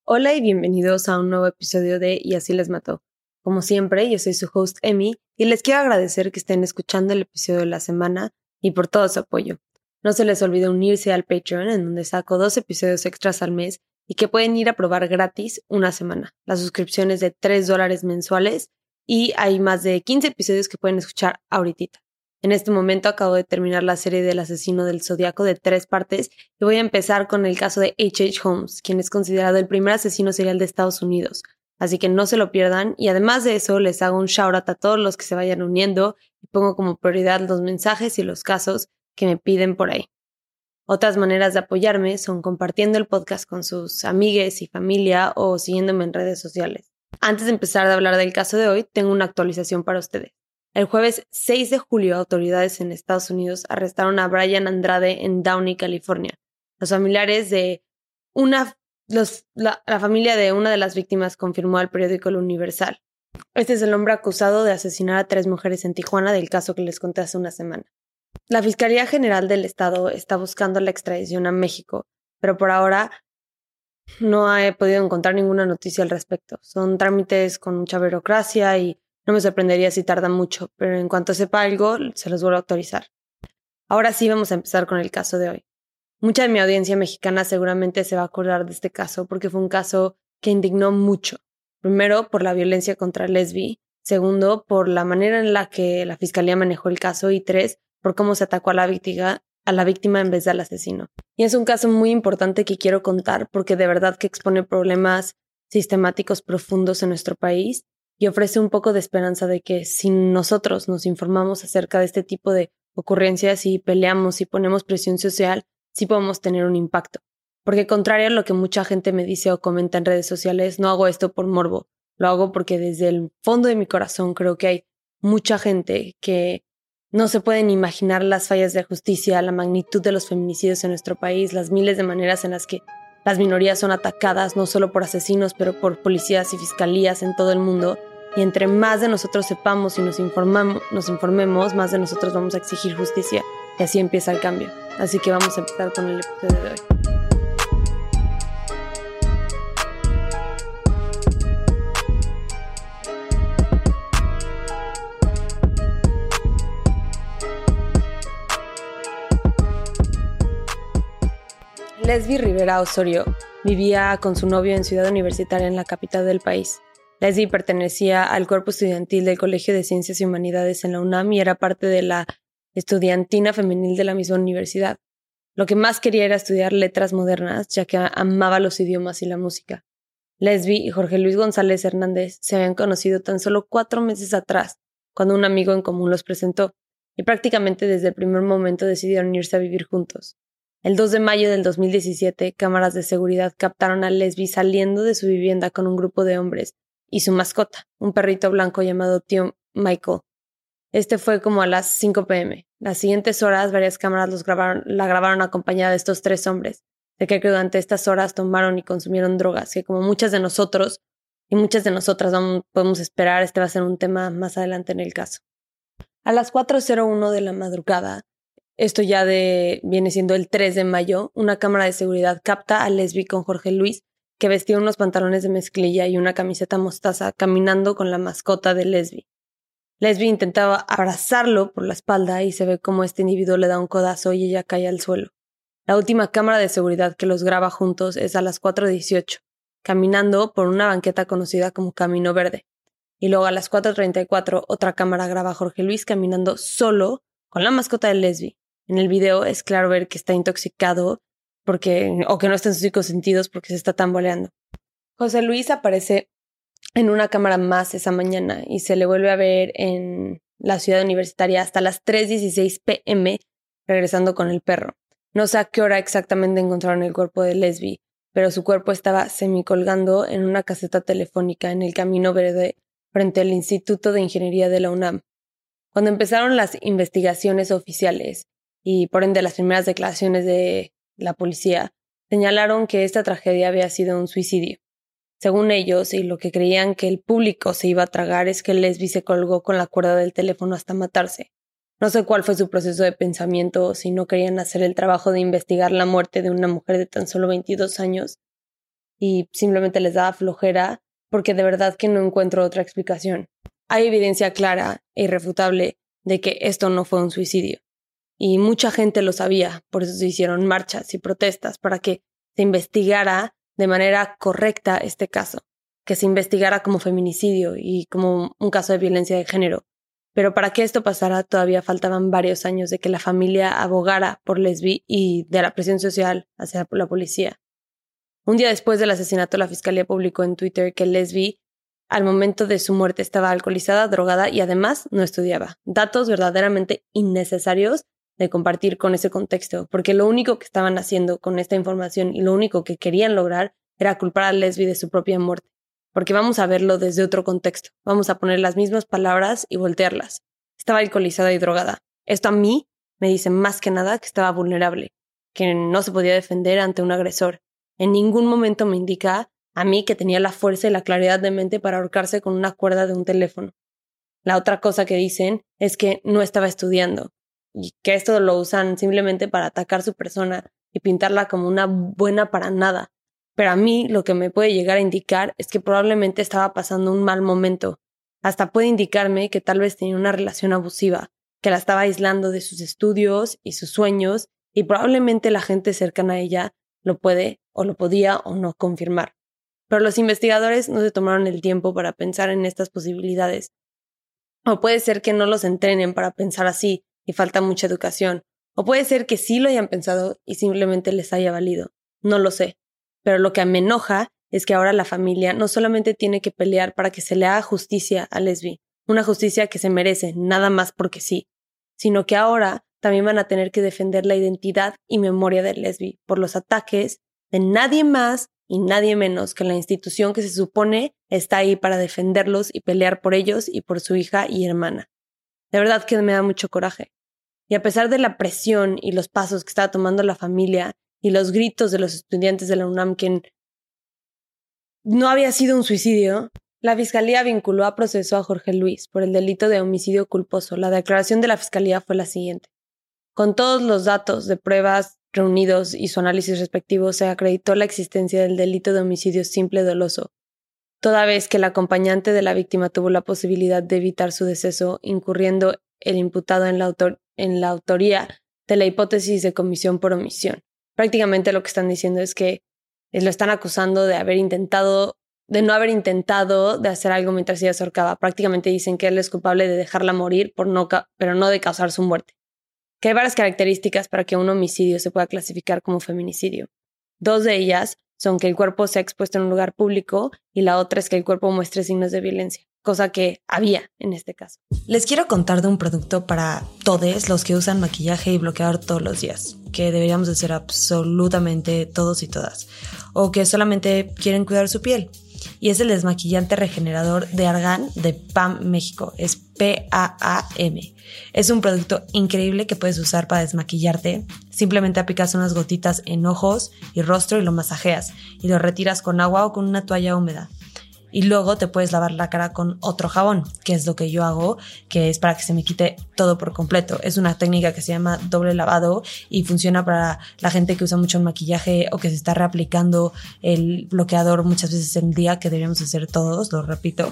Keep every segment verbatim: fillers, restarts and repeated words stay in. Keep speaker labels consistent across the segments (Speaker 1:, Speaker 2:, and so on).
Speaker 1: Hola y bienvenidos a un nuevo episodio de Y así les mató. Como siempre, yo soy su host Emi y les quiero agradecer que estén escuchando el episodio de la semana y por todo su apoyo. No se les olvide unirse al Patreon, en donde saco dos episodios extras al mes y que pueden ir a probar gratis una semana. La suscripción es de tres dólares mensuales y hay más de quince episodios que pueden escuchar ahorita. En este momento acabo de terminar la serie del asesino del Zodiaco de tres partes y voy a empezar con el caso de H H. Holmes, quien es considerado el primer asesino serial de Estados Unidos. Así que no se lo pierdan y además de eso les hago un shout out a todos los que se vayan uniendo y pongo como prioridad los mensajes y los casos que me piden por ahí. Otras maneras de apoyarme son compartiendo el podcast con sus amigues y familia o siguiéndome en redes sociales. Antes de empezar a hablar del caso de hoy, tengo una actualización para ustedes. El jueves seis de julio, autoridades en Estados Unidos arrestaron a Brian Andrade en Downey, California. Los familiares de una, los, la, la familia de una de las víctimas confirmó al periódico El Universal. Este es el hombre acusado de asesinar a tres mujeres en Tijuana del caso que les conté hace una semana. La Fiscalía General del Estado está buscando la extradición a México, pero por ahora no he podido encontrar ninguna noticia al respecto. Son trámites con mucha burocracia y no me sorprendería si tarda mucho, pero en cuanto sepa algo, se los vuelvo a autorizar. Ahora sí vamos a empezar con el caso de hoy. Mucha de mi audiencia mexicana seguramente se va a acordar de este caso porque fue un caso que indignó mucho. Primero, por la violencia contra Lesbi. Segundo, por la manera en la que la fiscalía manejó el caso. Y tres, por cómo se atacó a la víctima, a la víctima en vez del asesino. Y es un caso muy importante que quiero contar porque de verdad que expone problemas sistemáticos profundos en nuestro país y ofrece un poco de esperanza de que si nosotros nos informamos acerca de este tipo de ocurrencias y peleamos y ponemos presión social, sí podemos tener un impacto. Porque contrario a lo que mucha gente me dice o comenta en redes sociales, no hago esto por morbo. Lo hago porque desde el fondo de mi corazón creo que hay mucha gente que no se pueden imaginar las fallas de justicia, la magnitud de los feminicidios en nuestro país, las miles de maneras en las que las minorías son atacadas, no solo por asesinos, pero por policías y fiscalías en todo el mundo. Y entre más de nosotros sepamos y nos, informamos, nos informemos, más de nosotros vamos a exigir justicia. Y así empieza el cambio. Así que vamos a empezar con el episodio de hoy. Lesbi Rivera Osorio vivía con su novio en Ciudad Universitaria en la capital del país. Lesbi pertenecía al cuerpo estudiantil del Colegio de Ciencias y Humanidades en la UNAM y era parte de la estudiantina femenil de la misma universidad. Lo que más quería era estudiar letras modernas, ya que amaba los idiomas y la música. Lesbi y Jorge Luis González Hernández se habían conocido tan solo cuatro meses atrás, cuando un amigo en común los presentó, y prácticamente desde el primer momento decidieron irse a vivir juntos. El dos de mayo del dos mil diecisiete, cámaras de seguridad captaron a Lesbi saliendo de su vivienda con un grupo de hombres y su mascota, un perrito blanco llamado Tío Michael. Este fue como a las cinco pe eme. Las siguientes horas, varias cámaras los grabaron, la grabaron acompañada de estos tres hombres. Se cree que durante estas horas tomaron y consumieron drogas, que como muchas de nosotros y muchas de nosotras vamos, podemos esperar, este va a ser un tema más adelante en el caso. A las cuatro cero uno de la madrugada, esto ya de, viene siendo el tres de mayo, una cámara de seguridad capta a Lesbi con Jorge Luis, que vestía unos pantalones de mezclilla y una camiseta mostaza, caminando con la mascota de Lesbi. Lesbi intentaba abrazarlo por la espalda y se ve como este individuo le da un codazo y ella cae al suelo. La última cámara de seguridad que los graba juntos es a las cuatro dieciocho, caminando por una banqueta conocida como Camino Verde. Y luego a las cuatro treinta y cuatro otra cámara graba a Jorge Luis caminando solo con la mascota de Lesbi. En el video es claro ver que está intoxicado porque, o que no está en sus cinco sentidos porque se está tambaleando. José Luis aparece en una cámara más esa mañana y se le vuelve a ver en la ciudad universitaria hasta las tres dieciséis pe eme regresando con el perro. No sé a qué hora exactamente encontraron el cuerpo de Lesbi, pero su cuerpo estaba semicolgando en una caseta telefónica en el Camino Verde frente al Instituto de Ingeniería de la UNAM. Cuando empezaron las investigaciones oficiales y por ende las primeras declaraciones de la policía, señalaron que esta tragedia había sido un suicidio. Según ellos, y lo que creían que el público se iba a tragar, es que Lesbi se colgó con la cuerda del teléfono hasta matarse. No sé cuál fue su proceso de pensamiento o si no querían hacer el trabajo de investigar la muerte de una mujer de tan solo veintidós años. y simplemente les daba flojera porque de verdad que no encuentro otra explicación. Hay evidencia clara e irrefutable de que esto no fue un suicidio. Y mucha gente lo sabía, por eso se hicieron marchas y protestas para que se investigara de manera correcta este caso, que se investigara como feminicidio y como un caso de violencia de género. Pero para que esto pasara todavía faltaban varios años de que la familia abogara por Lesbi y de la presión social hacia la policía. Un día después del asesinato, la fiscalía publicó en Twitter que Lesbi al momento de su muerte estaba alcoholizada, drogada y además no estudiaba. Datos verdaderamente innecesarios de compartir con ese contexto, porque lo único que estaban haciendo con esta información y lo único que querían lograr era culpar a Lesbi de su propia muerte. Porque vamos a verlo desde otro contexto. Vamos a poner las mismas palabras y voltearlas. Estaba alcoholizada y drogada. Esto a mí me dice más que nada que estaba vulnerable, que no se podía defender ante un agresor. En ningún momento me indica a mí que tenía la fuerza y la claridad de mente para ahorcarse con una cuerda de un teléfono. La otra cosa que dicen es que no estaba estudiando y que esto lo usan simplemente para atacar su persona y pintarla como una buena para nada. Pero a mí lo que me puede llegar a indicar es que probablemente estaba pasando un mal momento. Hasta puede indicarme que tal vez tenía una relación abusiva, que la estaba aislando de sus estudios y sus sueños, y probablemente la gente cercana a ella lo puede o lo podía o no confirmar. Pero los investigadores no se tomaron el tiempo para pensar en estas posibilidades. O puede ser que no los entrenen para pensar así y falta mucha educación. O puede ser que sí lo hayan pensado y simplemente les haya valido. No lo sé. Pero lo que me enoja es que ahora la familia no solamente tiene que pelear para que se le haga justicia a Lesbi, una justicia que se merece, nada más porque sí, sino que ahora también van a tener que defender la identidad y memoria de Lesbi por los ataques de nadie más y nadie menos que la institución que se supone está ahí para defenderlos y pelear por ellos y por su hija y hermana. De verdad que me da mucho coraje. Y a pesar de la presión y los pasos que estaba tomando la familia y los gritos de los estudiantes de la UNAM que no había sido un suicidio, la fiscalía vinculó a proceso a Jorge Luis por el delito de homicidio culposo. La declaración de la fiscalía fue la siguiente. Con todos los datos de pruebas reunidos y su análisis respectivo, se acreditó la existencia del delito de homicidio simple doloso, toda vez que el acompañante de la víctima tuvo la posibilidad de evitar su deceso, incurriendo el imputado en la, autor- en la autoría de la hipótesis de comisión por omisión. Prácticamente lo que están diciendo es que lo están acusando de haber intentado, de no haber intentado de hacer algo mientras ella se ahorcaba. Prácticamente dicen que él es culpable de dejarla morir, por no ca- pero no de causar su muerte. Que hay varias características para que un homicidio se pueda clasificar como feminicidio. Dos de ellas son que el cuerpo sea expuesto en un lugar público y la otra es que el cuerpo muestre signos de violencia, cosa que había en este caso.
Speaker 2: Les quiero contar de un producto para todos los que usan maquillaje y bloqueador todos los días, que deberíamos de ser absolutamente todos y todas, o que solamente quieren cuidar su piel. Y es el desmaquillante regenerador de Argan de P A M México, es P A A M. Es un producto increíble que puedes usar para desmaquillarte. Simplemente aplicas unas gotitas en ojos y rostro y lo masajeas y lo retiras con agua o con una toalla húmeda. Y luego te puedes lavar la cara con otro jabón, que es lo que yo hago, que es para que se me quite todo por completo. Es una técnica que se llama doble lavado y funciona para la gente que usa mucho el maquillaje o que se está reaplicando el bloqueador muchas veces en el día, que deberíamos hacer todos, lo repito.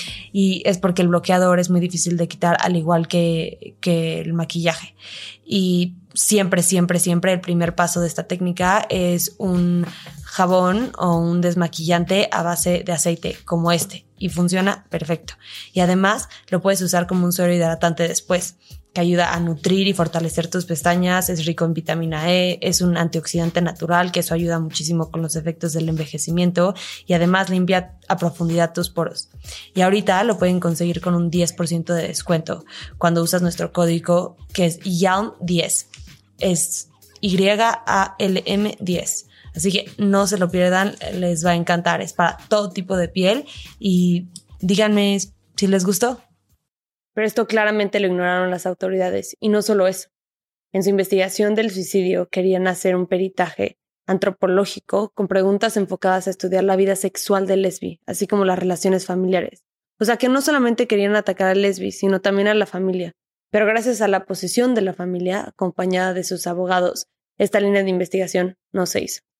Speaker 2: Y es porque el bloqueador es muy difícil de quitar, al igual que, que el maquillaje. Y siempre, siempre, siempre el primer paso de esta técnica es un jabón o un desmaquillante a base de aceite como este y funciona perfecto. Y además lo puedes usar como un suero hidratante después, que ayuda a nutrir y fortalecer tus pestañas, es rico en vitamina E, es un antioxidante natural, que eso ayuda muchísimo con los efectos del envejecimiento y además limpia a profundidad tus poros. Y ahorita lo pueden conseguir con un diez por ciento de descuento cuando usas nuestro código, que es Y A L M diez. Es Y A L M diez. Así que no se lo pierdan, les va a encantar. Es para todo tipo de piel y díganme si les gustó.
Speaker 1: Pero esto claramente lo ignoraron las autoridades. Y no solo eso. En su investigación del suicidio querían hacer un peritaje antropológico con preguntas enfocadas a estudiar la vida sexual de Lesbi, así como las relaciones familiares. O sea que no solamente querían atacar a Lesbi, sino también a la familia. Pero gracias a la posición de la familia, acompañada de sus abogados, esta línea de investigación no se hizo.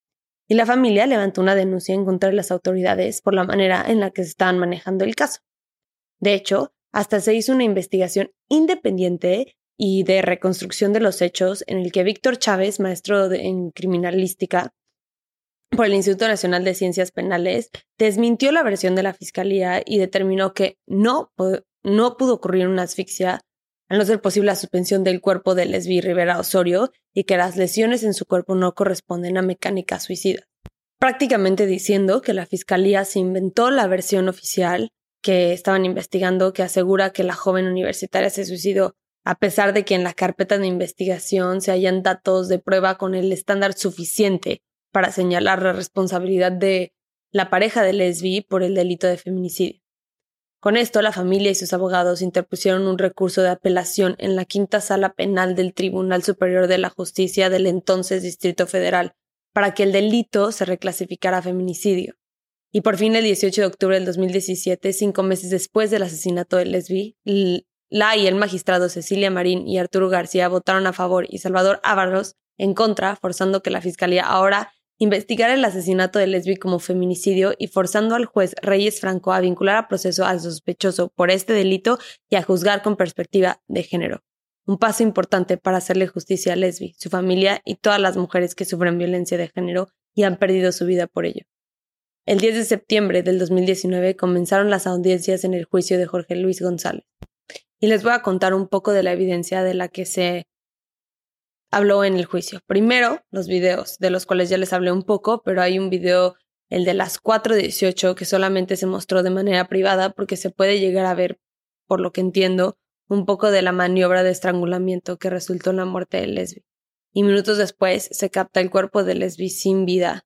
Speaker 1: y la familia levantó una denuncia en contra de las autoridades por la manera en la que se estaban manejando el caso. De hecho, hasta se hizo una investigación independiente y de reconstrucción de los hechos en el que Víctor Chávez, maestro de, en criminalística por el Instituto Nacional de Ciencias Penales, desmintió la versión de la fiscalía y determinó que no, no pudo ocurrir una asfixia, al no ser posible la suspensión del cuerpo de Lesbi Rivera Osorio y que las lesiones en su cuerpo no corresponden a mecánica suicida. Prácticamente diciendo que la fiscalía se inventó la versión oficial que estaban investigando que asegura que la joven universitaria se suicidó, a pesar de que en la carpeta de investigación se hallan datos de prueba con el estándar suficiente para señalar la responsabilidad de la pareja de Lesbi por el delito de feminicidio. Con esto, la familia y sus abogados interpusieron un recurso de apelación en la quinta sala penal del Tribunal Superior de la Justicia del entonces Distrito Federal para que el delito se reclasificara a feminicidio. Y por fin, el dieciocho de octubre del dos mil diecisiete, cinco meses después del asesinato de Lesbi, la y el magistrado Cecilia Marín y Arturo García votaron a favor y Salvador Ábalos en contra, forzando que la fiscalía ahora investigara el asesinato de Lesbi como feminicidio y forzando al juez Reyes Franco a vincular a proceso al sospechoso por este delito y a juzgar con perspectiva de género. Un paso importante para hacerle justicia a Lesbi, su familia y todas las mujeres que sufren violencia de género y han perdido su vida por ello. El diez de septiembre del dos mil diecinueve comenzaron las audiencias en el juicio de Jorge Luis González. Y les voy a contar un poco de la evidencia de la que se habló en el juicio. Primero, los videos, de los cuales ya les hablé un poco, pero hay un video, el de las cuatro dieciocho, que solamente se mostró de manera privada porque se puede llegar a ver, por lo que entiendo, un poco de la maniobra de estrangulamiento que resultó en la muerte de Lesbi. Y minutos después se capta el cuerpo de Lesbi sin vida.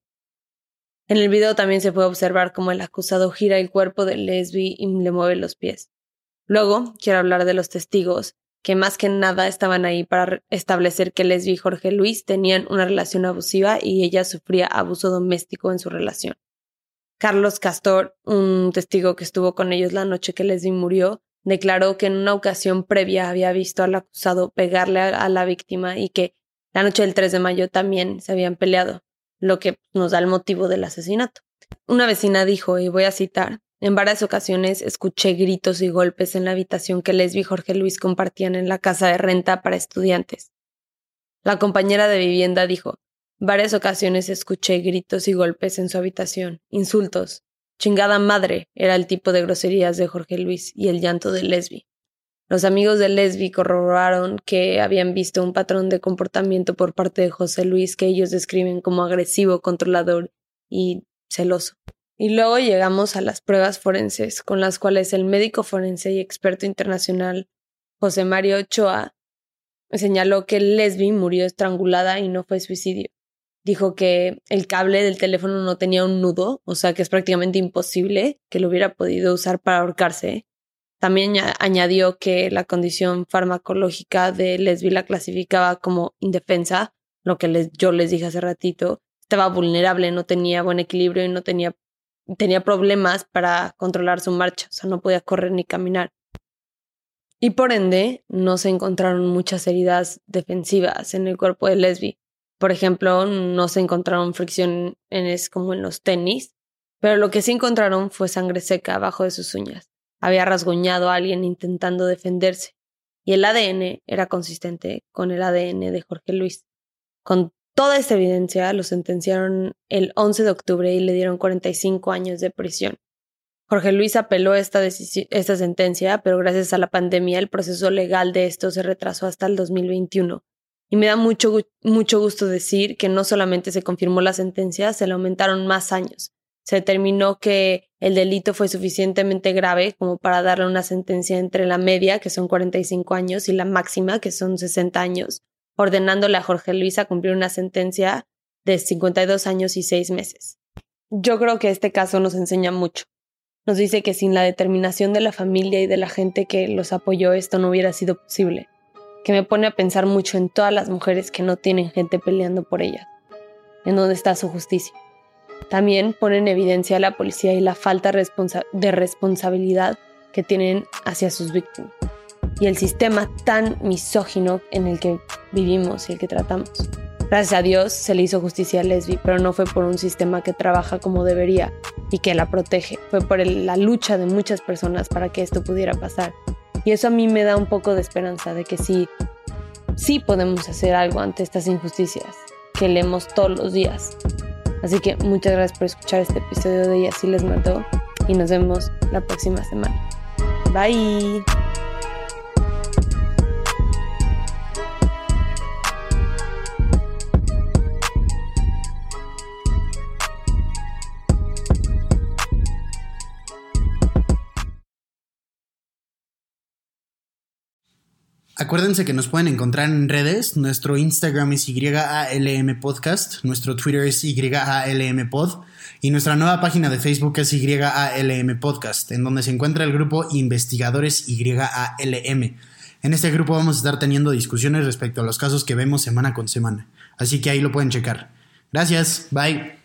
Speaker 1: En el video también se puede observar cómo el acusado gira el cuerpo de Lesbi y le mueve los pies. Luego, quiero hablar de los testigos, que más que nada estaban ahí para establecer que Lesbi y Jorge Luis tenían una relación abusiva y ella sufría abuso doméstico en su relación. Carlos Castor, un testigo que estuvo con ellos la noche que Lesbi murió, declaró que en una ocasión previa había visto al acusado pegarle a la víctima y que la noche del tres de mayo también se habían peleado, lo que nos da el motivo del asesinato. Una vecina dijo, y voy a citar, en varias ocasiones escuché gritos y golpes en la habitación que Lesbi y Jorge Luis compartían en la casa de renta para estudiantes. La compañera de vivienda dijo, varias ocasiones escuché gritos y golpes en su habitación, insultos. Chingada madre era el tipo de groserías de Jorge Luis y el llanto de Lesbi. Los amigos de Lesbi corroboraron que habían visto un patrón de comportamiento por parte de José Luis que ellos describen como agresivo, controlador y celoso. Y luego llegamos a las pruebas forenses, con las cuales el médico forense y experto internacional José Mario Ochoa señaló que Lesbi murió estrangulada y no fue suicidio. Dijo que el cable del teléfono no tenía un nudo, o sea que es prácticamente imposible que lo hubiera podido usar para ahorcarse. También añadió que la condición farmacológica de Lesbi la clasificaba como indefensa, lo que les, yo les dije hace ratito. Estaba vulnerable, no tenía buen equilibrio y no tenía, tenía problemas para controlar su marcha, o sea, no podía correr ni caminar. Y por ende, no se encontraron muchas heridas defensivas en el cuerpo de Lesbi. Por ejemplo, no se encontraron fricciones como en los tenis, pero lo que sí encontraron fue sangre seca abajo de sus uñas. Había rasguñado a alguien intentando defenderse. Y el A D N era consistente con el A D N de Jorge Luis. Con toda esta evidencia, lo sentenciaron el once de octubre y le dieron cuarenta y cinco años de prisión. Jorge Luis apeló esta, decisi- esta sentencia, pero gracias a la pandemia el proceso legal de esto se retrasó hasta el dos mil veintiuno. Y me da mucho, mucho gusto decir que no solamente se confirmó la sentencia, se le aumentaron más años. Se determinó que el delito fue suficientemente grave como para darle una sentencia entre la media, que son cuarenta y cinco años, y la máxima, que son sesenta años, ordenándole a Jorge Luis a cumplir una sentencia de cincuenta y dos años y seis meses. Yo creo que este caso nos enseña mucho. Nos dice que sin la determinación de la familia y de la gente que los apoyó, esto no hubiera sido posible. Que me pone a pensar mucho en todas las mujeres que no tienen gente peleando por ellas. ¿En dónde está su justicia? También pone en evidencia a la policía y la falta responsa- de responsabilidad que tienen hacia sus víctimas. Y el sistema tan misógino en el que vivimos y el que tratamos. Gracias a Dios se le hizo justicia a Lesbi, pero no fue por un sistema que trabaja como debería y que la protege. Fue por el, la lucha de muchas personas para que esto pudiera pasar. Y eso a mí me da un poco de esperanza de que sí, sí podemos hacer algo ante estas injusticias que leemos todos los días. Así que muchas gracias por escuchar este episodio de Y Así Les Mató y nos vemos la próxima semana. Bye.
Speaker 3: Acuérdense que nos pueden encontrar en redes. Nuestro Instagram es Y A L M Podcast, nuestro Twitter es Y A L M Pod y nuestra nueva página de Facebook es Y A L M Podcast, en donde se encuentra el grupo Investigadores Y A L M. En este grupo vamos a estar teniendo discusiones respecto a los casos que vemos semana con semana, así que ahí lo pueden checar. Gracias, bye.